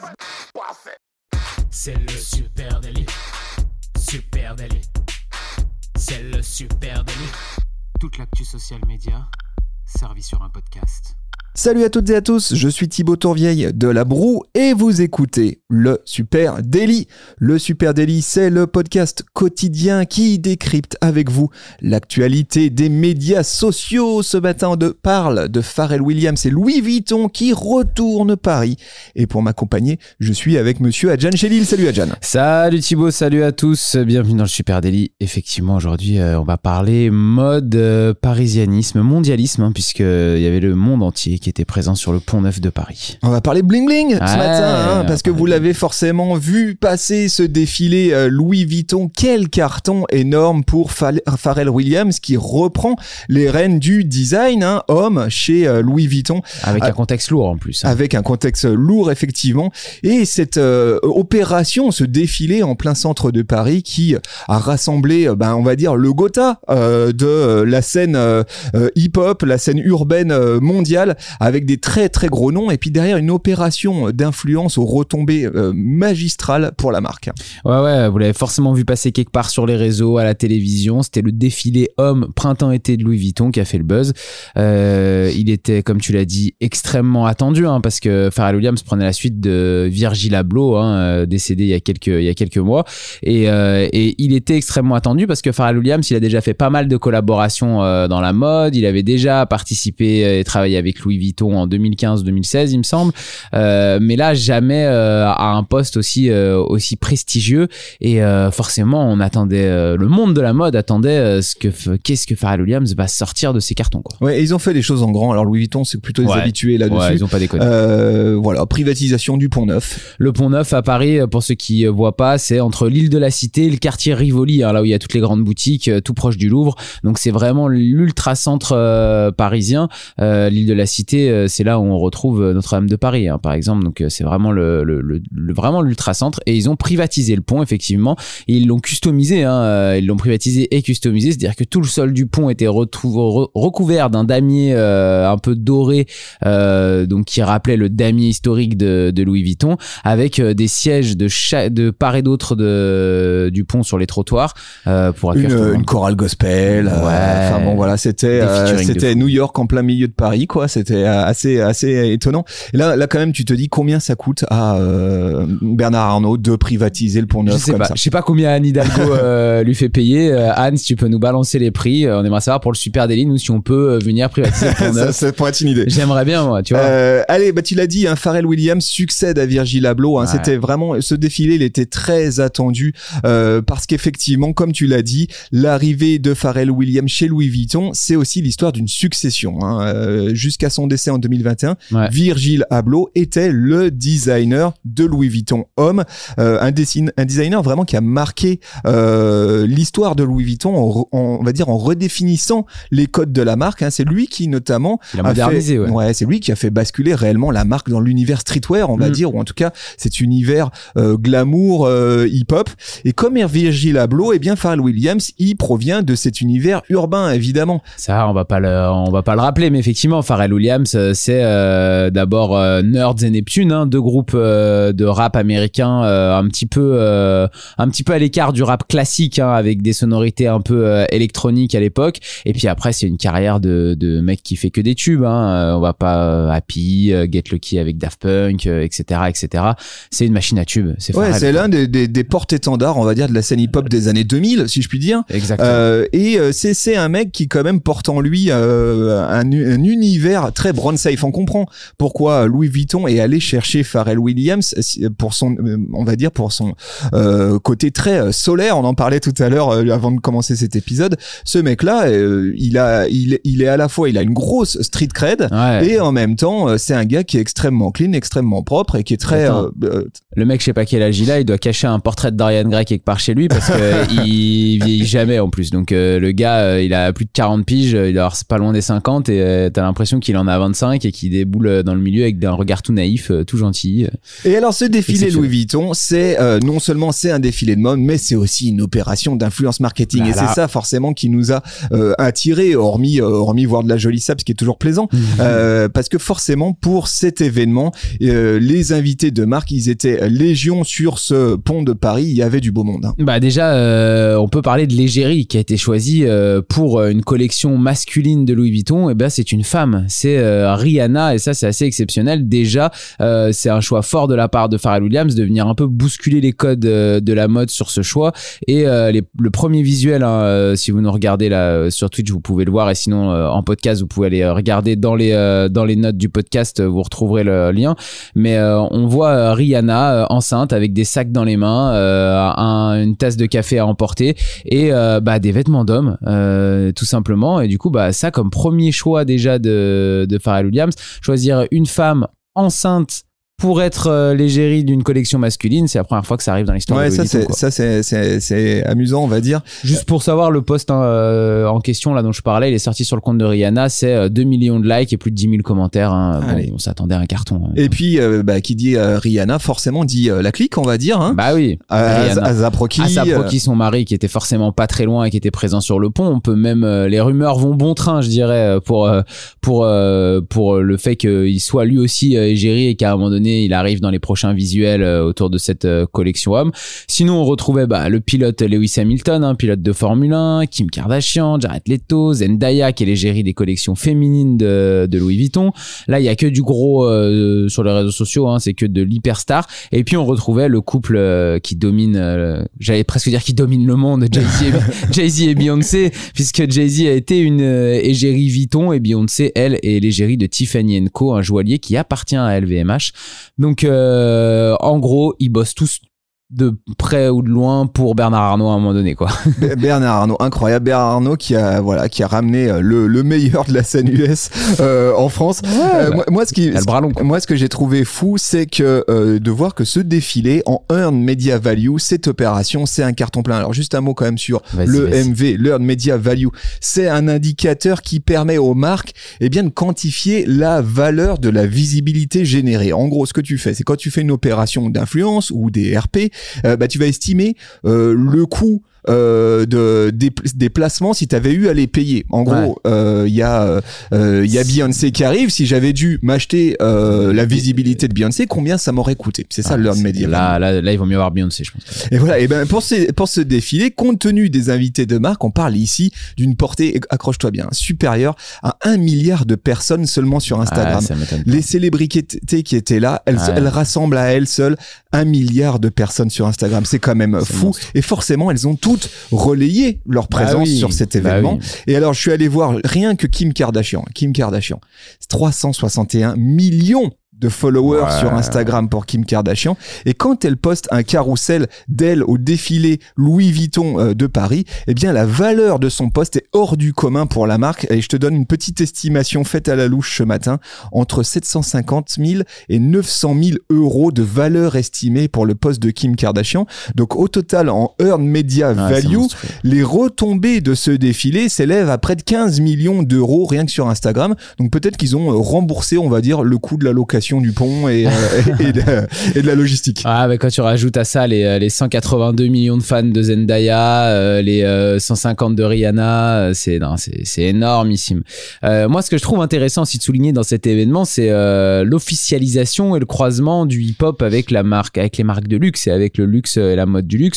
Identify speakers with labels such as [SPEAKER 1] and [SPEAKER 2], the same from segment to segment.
[SPEAKER 1] C'est le super délit. Super délit. C'est le super délit. Toute l'actu social média servie sur un podcast.
[SPEAKER 2] Salut à toutes et à tous, je suis Thibaut Tourvieille de La Broue et vous écoutez le Super Daily. Le Super Daily, c'est le podcast quotidien qui décrypte avec vous l'actualité des médias sociaux. Ce matin, on parle de Pharrell Williams et Louis Vuitton qui retournent Paris. Et pour m'accompagner, je suis avec monsieur Adjan Chélil. Salut Adjan.
[SPEAKER 3] Salut Thibaut, salut à tous, bienvenue dans le Super Daily. Effectivement, aujourd'hui, on va parler mode, parisianisme, mondialisme, puisqu'il y avait le monde entier qui était présent sur le Pont Neuf de Paris.
[SPEAKER 2] On va parler bling bling ce matin, parce que vous l'avez forcément vu passer ce défilé Louis Vuitton. Quel carton énorme pour Pharrell Williams qui reprend les rênes du design, homme chez Louis Vuitton.
[SPEAKER 3] Avec un contexte lourd en plus.
[SPEAKER 2] Avec un contexte lourd, effectivement. Et cette opération, ce défilé en plein centre de Paris qui a rassemblé, on va dire, le Gotha de la scène hip-hop, la scène urbaine mondiale, avec des très très gros noms, et puis derrière une opération d'influence aux retombées magistrales pour la marque.
[SPEAKER 3] Ouais, vous l'avez forcément vu passer quelque part sur les réseaux, à la télévision. C'était le défilé homme printemps-été de Louis Vuitton qui a fait le buzz. Il était, comme tu l'as dit, extrêmement attendu, parce que Pharrell Williams prenait la suite de Virgil Abloh, décédé il y a quelques mois, et il était extrêmement attendu parce que Pharrell Williams, il a déjà fait pas mal de collaborations dans la mode. Il avait déjà participé et travaillé avec Louis Vuitton en 2015-2016, il me semble, mais là jamais à un poste aussi prestigieux, et forcément on attendait, le monde de la mode attendait qu'est-ce que Pharrell Williams va sortir de ses cartons, quoi.
[SPEAKER 2] Ouais, ils ont fait des choses en grand. Alors Louis Vuitton, c'est plutôt des habitués là-dessus.
[SPEAKER 3] Ouais, ils ont pas déconné.
[SPEAKER 2] Voilà, privatisation du Pont Neuf.
[SPEAKER 3] Le Pont Neuf à Paris, pour ceux qui voient pas, c'est entre l'île de la Cité et le quartier Rivoli, là où il y a toutes les grandes boutiques, tout proche du Louvre. Donc c'est vraiment l'ultra-centre parisien. L'île de la Cité, c'est là où on retrouve Notre-Dame de Paris, par exemple. Donc c'est vraiment vraiment l'ultra-centre, et ils ont privatisé le pont, effectivement, et ils l'ont customisé, ils l'ont privatisé et customisé, c'est-à-dire que tout le sol du pont était recouvert d'un damier un peu doré, donc qui rappelait le damier historique de Louis Vuitton, avec des sièges de part et d'autre du pont sur les trottoirs, pour accueillir
[SPEAKER 2] une chorale gospel. Enfin bon, voilà, c'était New York en plein milieu de Paris, quoi. C'était assez étonnant. Et là quand même, tu te dis combien ça coûte à Bernard Arnault de privatiser le Pont Neuf.
[SPEAKER 3] Je sais pas combien Anne Hidalgo lui fait payer. Anne, si tu peux nous balancer les prix, on aimerait savoir pour le Super Daily, nous, si on peut venir privatiser le Pont Neuf.
[SPEAKER 2] Ça pourrait être une idée.
[SPEAKER 3] J'aimerais bien, moi, tu vois.
[SPEAKER 2] Allez, tu l'as dit, Pharrell Williams succède à Virgil Abloh. Ouais. C'était vraiment, ce défilé, il était très attendu, parce qu'effectivement, comme tu l'as dit, l'arrivée de Pharrell Williams chez Louis Vuitton, c'est aussi l'histoire d'une succession. Jusqu'à son décès en 2021, Virgil Abloh était le designer de Louis Vuitton homme, un designer vraiment qui a marqué l'histoire de Louis Vuitton on va dire en redéfinissant les codes de la marque. C'est lui qui notamment
[SPEAKER 3] a modernisé.
[SPEAKER 2] C'est lui qui a fait basculer réellement la marque dans l'univers streetwear, on va dire, ou en tout cas cet univers glamour, hip-hop. Et comme Virgil Abloh, Pharrell Williams, il provient de cet univers urbain, évidemment.
[SPEAKER 3] Ça, on va pas le rappeler, mais effectivement, Pharrell Williams, c'est d'abord Nerds et Neptune, deux groupes de rap américain, un petit peu à l'écart du rap classique, avec des sonorités un peu électroniques à l'époque. Et puis après, c'est une carrière de mec qui fait que des tubes. On va pas Happy, Get Lucky avec Daft Punk, etc. C'est une machine à tubes. C'est
[SPEAKER 2] l'un des porte-étendards, on va dire, de la scène hip-hop des années 2000, si je puis dire.
[SPEAKER 3] Exactement.
[SPEAKER 2] C'est un mec qui quand même porte en lui un univers très brand safe. On comprend pourquoi Louis Vuitton est allé chercher Pharrell Williams pour son, on va dire, pour son côté très solaire. On en parlait tout à l'heure avant de commencer cet épisode. Ce mec-là, il est à la fois, il a une grosse street cred, et en même temps, c'est un gars qui est extrêmement clean, extrêmement propre, et qui est très...
[SPEAKER 3] Le mec, je sais pas quel âge il a, il doit cacher un portrait de Dorian Gray quelque part chez lui, parce que il vieillit jamais en plus. Donc le gars, il a plus de 40 piges, il doit avoir pas loin des 50, et t'as l'impression qu'il en a a 25 et qui déboule dans le milieu avec un regard tout naïf, tout gentil.
[SPEAKER 2] Et alors ce défilé Louis Vuitton, c'est non seulement c'est un défilé de mode, mais c'est aussi une opération d'influence marketing. Voilà. Et c'est ça forcément qui nous a attirés, hormis voir de la jolie sape, ce qui est toujours plaisant, parce que forcément pour cet événement, les invités de marque, ils étaient légion sur ce pont de Paris. Il y avait du beau monde. Hein.
[SPEAKER 3] Bah déjà, on peut parler de l'égérie qui a été choisie pour une collection masculine de Louis Vuitton. Et ben c'est une femme, c'est Rihanna, et ça c'est assez exceptionnel. Déjà, c'est un choix fort de la part de Pharrell Williams de venir un peu bousculer les codes de la mode sur ce choix. Et le premier visuel, hein, si vous nous regardez là sur Twitch, vous pouvez le voir, et sinon en podcast, vous pouvez aller regarder dans les notes du podcast, vous retrouverez le lien. Mais on voit Rihanna enceinte avec des sacs dans les mains, une tasse de café à emporter et des vêtements d'homme, tout simplement. Et du coup, ça comme premier choix déjà de Pharrell Williams, choisir une femme enceinte pour être l'égérie d'une collection masculine, c'est la première fois que ça arrive dans l'histoire de Louis Vuitton.
[SPEAKER 2] Ça c'est amusant, on va dire.
[SPEAKER 3] Juste pour savoir, le post en question là dont je parlais, il est sorti sur le compte de Rihanna, c'est 2 millions de likes et plus de 10 000 commentaires. Hein. Bon, on s'attendait à un carton. Hein.
[SPEAKER 2] Et puis, qui dit Rihanna, forcément dit la clique, on va dire. Hein.
[SPEAKER 3] Bah oui.
[SPEAKER 2] ASAP Rocky,
[SPEAKER 3] son mari, qui était forcément pas très loin et qui était présent sur le pont. On peut même, les rumeurs vont bon train, je dirais, pour le fait qu'il soit lui aussi égérie et qu'à un moment donné, il arrive dans les prochains visuels autour de cette collection homme. Sinon, on retrouvait le pilote Lewis Hamilton, pilote de Formule 1, Kim Kardashian, Jared Leto, Zendaya, qui est l'égérie des collections féminines de Louis Vuitton. Là, il y a que du gros sur les réseaux sociaux, c'est que de l'hyperstar. Et puis, on retrouvait le couple qui domine, j'allais presque dire qui domine le monde, Jay-Z et Beyoncé, puisque Jay-Z a été une égérie Vuitton et Beyoncé, elle, est l'égérie de Tiffany & Co, un joaillier qui appartient à LVMH. Donc en gros, ils bossent tous de près ou de loin pour Bernard Arnault à un moment donné, quoi.
[SPEAKER 2] Bernard Arnault, incroyable. Bernard Arnault qui a ramené le meilleur de la scène US en France. Moi ce que j'ai trouvé fou, c'est que de voir que ce défilé en Earned Media Value, cette opération, c'est un carton plein. Alors juste un mot quand même sur MV, le Earned Media Value. C'est un indicateur qui permet aux marques de quantifier la valeur de la visibilité générée. En gros, ce que tu fais, c'est quand tu fais une opération d'influence ou des RP, tu vas estimer le coût des placements si tu avais eu à les payer. En gros, il y a Beyoncé qui arrive. Si j'avais dû m'acheter la visibilité de Beyoncé, combien ça m'aurait coûté? C'est ça l'Earned Media.
[SPEAKER 3] Là, il vaut mieux avoir Beyoncé, je pense.
[SPEAKER 2] Et voilà. Et pour ce défilé, compte tenu des invités de marque, on parle ici d'une portée, accroche-toi bien, supérieure à 1 milliard de personnes seulement sur Instagram. Les célébrités qui étaient là, elles rassemblent à elles seules 1 milliard de personnes sur Instagram. C'est quand même fou. Monstre. Et forcément, elles ont toutes relayé leur présence sur cet événement. Et alors, je suis allé voir rien que Kim Kardashian, 361 millions de followers sur Instagram pour Kim Kardashian. Et quand elle poste un carrousel d'elle au défilé Louis Vuitton de Paris, la valeur de son post est hors du commun pour la marque. Et je te donne une petite estimation faite à la louche ce matin, entre 750 000 et 900 000 euros de valeur estimée pour le post de Kim Kardashian. Donc au total, en Earned Media Value, les retombées de ce défilé s'élèvent à près de 15 millions d'euros rien que sur Instagram. Donc peut-être qu'ils ont remboursé, on va dire, le coût de la location du pont et de la logistique.
[SPEAKER 3] Quand tu rajoutes à ça les 182 millions de fans de Zendaya, les 150 de Rihanna, c'est énormissime. Moi, ce que je trouve intéressant aussi de souligner dans cet événement, c'est l'officialisation et le croisement du hip-hop avec les marques de luxe et avec le luxe et la mode du luxe.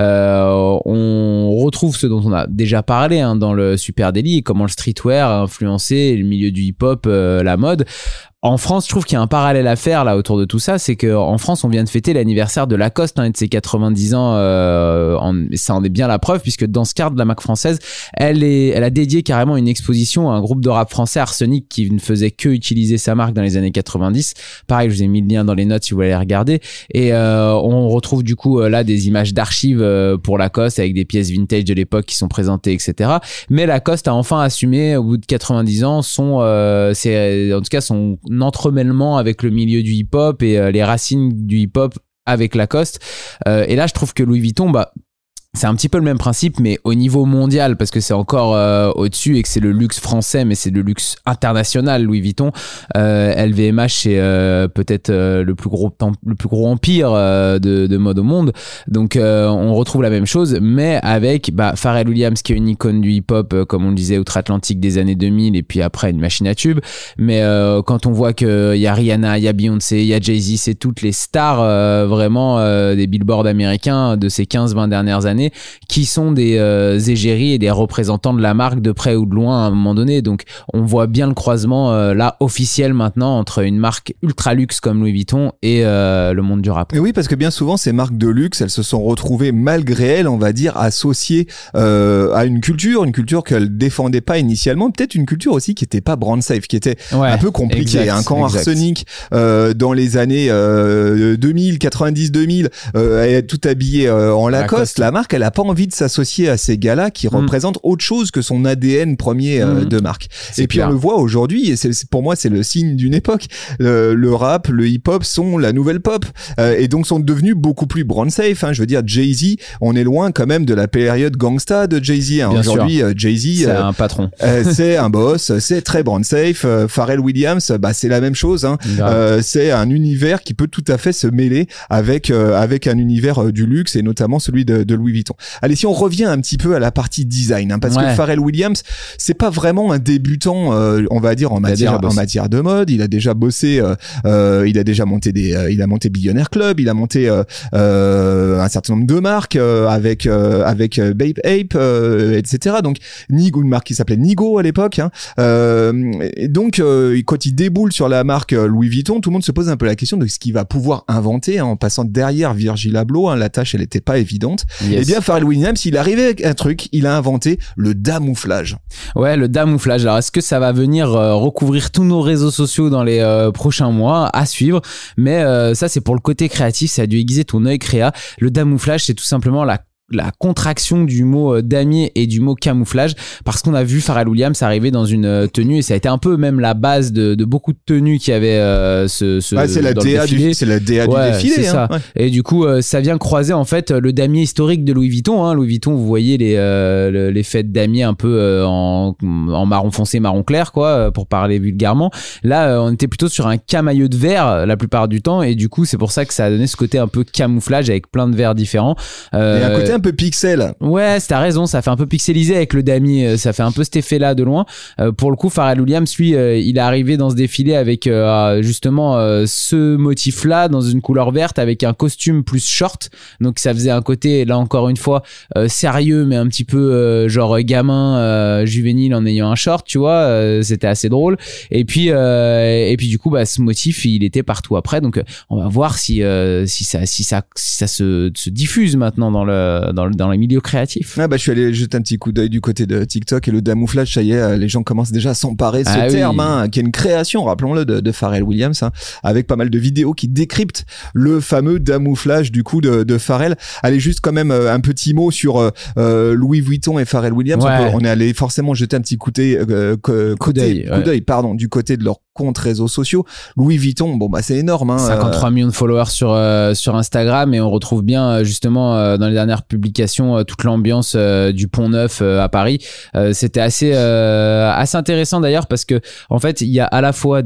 [SPEAKER 3] On retrouve ce dont on a déjà parlé dans le Super Daily, et comment le streetwear a influencé le milieu du hip-hop, la mode. En France, je trouve qu'il y a un parallèle à faire là autour de tout ça, c'est que en France, on vient de fêter l'anniversaire de Lacoste et de ses 90 ans. Ça en est bien la preuve, puisque dans ce cadre de la marque française, elle a dédié carrément une exposition à un groupe de rap français, Arsenic, qui ne faisait que utiliser sa marque dans les années 90. Pareil, je vous ai mis le lien dans les notes si vous voulez aller regarder. Et on retrouve du coup là des images d'archives pour Lacoste avec des pièces vintage de l'époque qui sont présentées, etc. Mais Lacoste a enfin assumé au bout de 90 ans son entremêlement avec le milieu du hip-hop et les racines du hip-hop avec Lacoste. Et là, je trouve que Louis Vuitton, C'est un petit peu le même principe, mais au niveau mondial, parce que c'est encore au-dessus et que c'est le luxe français, mais c'est le luxe international, Louis Vuitton. LVMH, c'est peut-être le plus gros empire de mode au monde. Donc, on retrouve la même chose, mais avec Pharrell Williams, qui est une icône du hip-hop, comme on le disait, outre-Atlantique des années 2000, et puis après, une machine à tube. Mais quand on voit qu'il y a Rihanna, il y a Beyoncé, il y a Jay-Z, c'est toutes les stars vraiment des billboards américains de ces 15-20 dernières années, qui sont des égéries et des représentants de la marque de près ou de loin à un moment donné. Donc on voit bien le croisement là officiel maintenant entre une marque ultra luxe comme Louis Vuitton et le monde du rap.
[SPEAKER 2] Et oui, parce que bien souvent ces marques de luxe, elles se sont retrouvées malgré elles, on va dire, associées à une culture qu'elles défendaient pas initialement, peut-être une culture aussi qui était pas brand safe, qui était un peu compliquée. Quand Arsenic dans les années 2000, 90, 2000 est tout habillé en Lacoste, la marque elle a pas envie de s'associer à ces gars-là qui représentent autre chose que son ADN premier de marque. Et puis on le voit aujourd'hui, et pour moi c'est le signe d'une époque. Le rap, le hip-hop sont la nouvelle pop, et donc sont devenus beaucoup plus brand safe. Je veux dire, Jay-Z, on est loin quand même de la période gangsta de Jay-Z. Aujourd'hui, Jay-Z,
[SPEAKER 3] c'est un patron,
[SPEAKER 2] c'est un boss, c'est très brand safe. Pharrell Williams, c'est la même chose. C'est un univers qui peut tout à fait se mêler avec un univers du luxe, et notamment celui de Louis Vuitton. Allez, si on revient un petit peu à la partie design, parce que Pharrell Williams, c'est pas vraiment un débutant, on va dire en matière de mode. Il a déjà bossé, il a déjà monté il a monté Billionaire Club, il a monté un certain nombre de marques avec Babe Ape, etc. Donc Nigo, une marque qui s'appelait Nigo à l'époque. Et donc quand il déboule sur la marque Louis Vuitton, tout le monde se pose un peu la question de ce qu'il va pouvoir inventer en passant derrière Virgil Abloh. La tâche elle était pas évidente.
[SPEAKER 3] Yes.
[SPEAKER 2] Eh bien, Pharrell Williams, il arrivait avec un truc, il a inventé le damouflage.
[SPEAKER 3] Ouais, le damouflage. Alors, est-ce que ça va venir recouvrir tous nos réseaux sociaux dans les prochains mois? À suivre. Mais ça, c'est pour le côté créatif, ça a dû aiguiser ton œil créa. Le damouflage, c'est tout simplement la contraction du mot damier et du mot camouflage, parce qu'on a vu Pharrell Williams arriver dans une tenue, et ça a été un peu même la base de beaucoup de tenues qui avaient c'est la DA du défilé, c'est ça. Et du coup ça vient croiser en fait le damier historique de Louis Vuitton. Louis Vuitton, vous voyez les faits damier un peu en marron foncé, marron clair, quoi, pour parler vulgairement. Là on était plutôt sur un camailleux de verre la plupart du temps, et du coup c'est pour ça que ça a donné ce côté un peu camouflage avec plein de verres différents, et
[SPEAKER 2] un côté un peu pixel.
[SPEAKER 3] Ouais, t'as raison, ça fait un peu pixelisé avec le damier, ça fait un peu cet effet-là de loin. Pour le coup, Pharrell Williams, lui, il est arrivé dans ce défilé avec justement ce motif-là, dans une couleur verte, avec un costume plus short. Donc ça faisait un côté, là encore une fois, sérieux, mais un petit peu genre gamin, juvénile en ayant un short, tu vois. C'était assez drôle. Et puis du coup, ce motif, il était partout après. Donc on va voir si ça se diffuse maintenant dans les milieux créatifs.
[SPEAKER 2] Je suis allé jeter un petit coup d'œil du côté de TikTok, et le damouflage, ça y est, les gens commencent déjà à s'emparer de ce terme, qui est une création, rappelons-le, de Pharrell Williams, avec pas mal de vidéos qui décryptent le fameux damouflage du coup de Pharrell. Allez, juste quand même un petit mot sur Louis Vuitton et Pharrell Williams. On est allé forcément jeter un petit coup d'œil, du côté de leur compte réseaux sociaux. Louis Vuitton, c'est énorme.
[SPEAKER 3] 53 millions de followers sur Instagram, et on retrouve bien justement dans les dernières publications toute l'ambiance du Pont Neuf à Paris. C'était assez intéressant d'ailleurs, parce que en fait il y a à la fois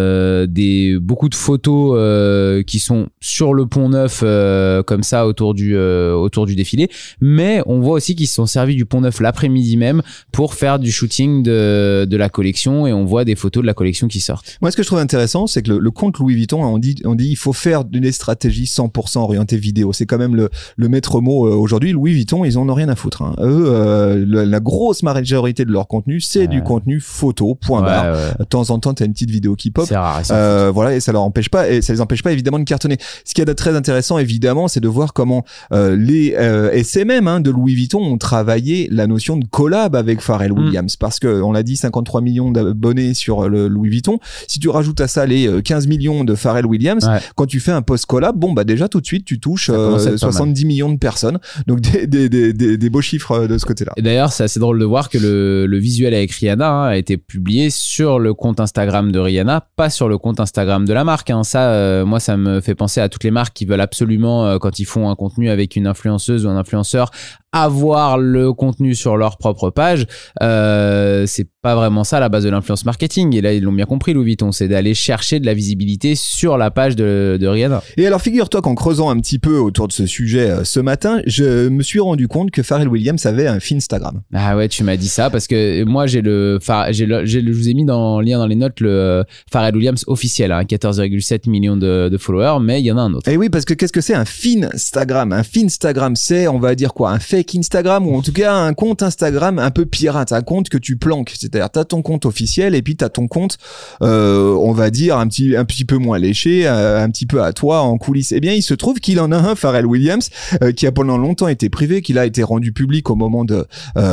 [SPEAKER 3] beaucoup de photos qui sont sur le Pont Neuf comme ça autour du défilé, mais on voit aussi qu'ils se sont servis du Pont Neuf l'après-midi même pour faire du shooting de la collection, et on voit des photos de la collection qui sortent.
[SPEAKER 2] Moi, ce que je trouve intéressant, c'est que le compte Louis Vuitton, on dit il faut faire une stratégie 100% orientée vidéo. C'est quand même le maître mot aujourd'hui. Louis Vuitton, ils en ont rien à foutre. Eux, la grosse majorité de leur contenu, c'est du contenu photo, point barre. De temps en temps, t'as une petite vidéo qui pop.
[SPEAKER 3] C'est rare.
[SPEAKER 2] Voilà, et ça les empêche pas évidemment de cartonner. Ce qui est très intéressant, évidemment, c'est de voir comment les SMM de Louis Vuitton ont travaillé la notion de collab avec Pharrell Williams, parce que on l'a dit, 53 millions d'abonnés sur le Louis Vuitton. Si tu rajoutes à ça les 15 millions de Pharrell Williams, quand tu fais un post collab, déjà tout de suite tu touches 70 millions de personnes. Donc des beaux chiffres de ce côté-là.
[SPEAKER 3] Et d'ailleurs, c'est assez drôle de voir que le visuel avec Rihanna a été publié sur le compte Instagram de Rihanna, pas sur le compte Instagram de la marque. Ça, moi, ça me fait penser à toutes les marques qui veulent absolument, quand ils font un contenu avec une influenceuse ou un influenceur, avoir le contenu sur leur propre page, c'est pas vraiment ça la base de l'influence marketing. Et là, ils l'ont bien compris, Louis Vuitton, c'est d'aller chercher de la visibilité sur la page de Rihanna.
[SPEAKER 2] Et alors, figure-toi qu'en creusant un petit peu autour de ce sujet ce matin, je me suis rendu compte que Pharrell Williams avait un Finstagram.
[SPEAKER 3] Ah ouais, tu m'as dit ça parce que moi, je vous ai mis dans lien dans les notes le Pharrell Williams officiel, 14,7 millions de followers, mais il y en a un autre.
[SPEAKER 2] Et oui, parce que qu'est-ce que c'est un Finstagram? Un Finstagram, c'est, on va dire quoi, un fake Instagram, ou en tout cas un compte Instagram un peu pirate, un compte que tu planques. C'est-à-dire, t'as ton compte officiel et puis t'as ton compte, on va dire un petit peu moins léché, un petit peu à toi en coulisses. Eh bien, il se trouve qu'il en a un, Pharrell Williams, qui a pendant longtemps été privé, qu'il a été rendu public au moment de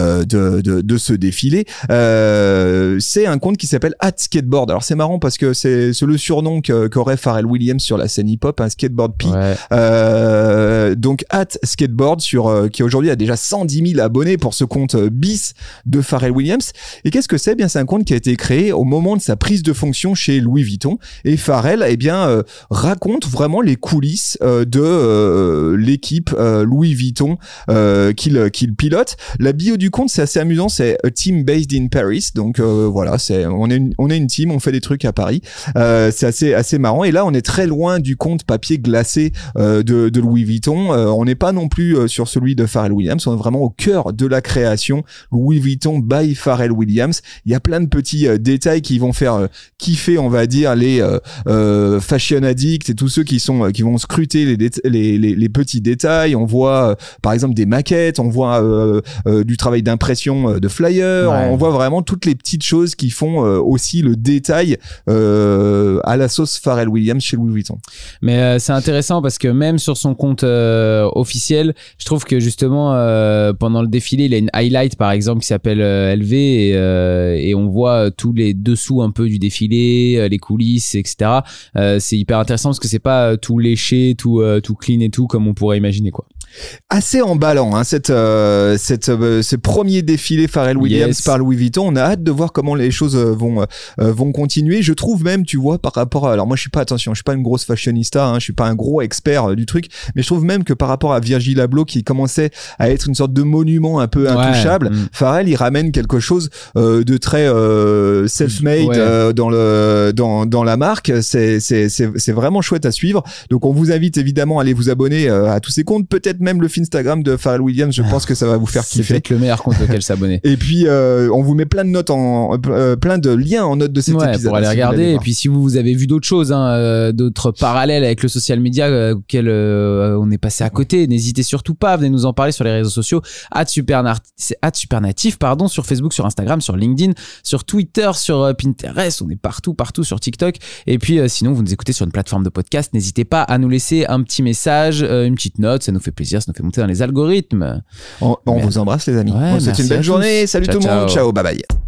[SPEAKER 2] ce défilé. C'est un compte qui s'appelle @skateboard. Alors c'est marrant parce que c'est le surnom qu'aurait Pharrell Williams sur la scène hip-hop, un skateboard P. Ouais. Donc @skateboard qui aujourd'hui a déjà 110 000 abonnés pour ce compte bis de Pharrell Williams. Et qu'est-ce que c'est? Bien, c'est un compte qui a été créé au moment de sa prise de fonction chez Louis Vuitton. Et Pharrell, raconte vraiment les coulisses de l'équipe Louis Vuitton qu'il pilote. La bio du compte, c'est assez amusant. C'est a team based in Paris. Donc voilà, on est une team, on fait des trucs à Paris. C'est assez marrant. Et là, on est très loin du compte papier glacé de Louis Vuitton. On n'est pas non plus sur celui de Pharrell Williams. On est vraiment au cœur de la création. Louis Vuitton by Pharrell Williams. Il y a plein de petits détails qui vont faire kiffer, on va dire, les fashion addicts et tous ceux qui vont scruter les petits détails. On voit par exemple des maquettes, on voit du travail d'impression de flyers, ouais. On voit vraiment toutes les petites choses qui font aussi le détail à la sauce Pharrell Williams chez Louis Vuitton.
[SPEAKER 3] Mais c'est intéressant parce que même sur son compte officiel, je trouve que justement pendant le défilé, il a une highlight par exemple qui s'appelle LV et on voit tous les dessous un peu du défilé, les coulisses, etc. C'est hyper intéressant parce que c'est pas tout léché, tout clean et tout comme on pourrait imaginer, quoi.
[SPEAKER 2] Assez emballant, ce premier défilé Pharrell Williams par Louis Vuitton. On a hâte de voir comment les choses vont continuer. Je trouve même, tu vois, par rapport à, alors moi je suis pas une grosse fashionista, je suis pas un gros expert du truc, mais je trouve même que par rapport à Virgil Abloh qui commençait à être une sorte de monument un peu intouchable, Pharrell il ramène quelque chose de très self-made dans la marque. C'est vraiment chouette à suivre. Donc on vous invite évidemment à aller vous abonner à tous ces comptes, peut-être même le Finstagram de Pharrell Williams, je pense que ça va vous faire kiffer.
[SPEAKER 3] C'est peut-être le meilleur compte auquel s'abonner.
[SPEAKER 2] Et puis on vous met plein de notes plein de liens en note de cet épisode
[SPEAKER 3] pour aller regarder. Et puis si vous avez vu d'autres choses, d'autres parallèles avec le social media auquel on est passé à côté, n'hésitez surtout pas, venez nous en parler sur les réseaux sociaux @supernatif sur Facebook, sur Instagram, sur LinkedIn, sur Twitter, sur Pinterest, on est partout sur TikTok. Et puis sinon vous nous écoutez sur une plateforme de podcast, n'hésitez pas à nous laisser un petit message, une petite note, ça nous fait plaisir, ça nous fait monter dans les algorithmes.
[SPEAKER 2] On vous embrasse les amis. Ouais, c'est une belle journée. Salut tout le monde. Ciao, bye bye.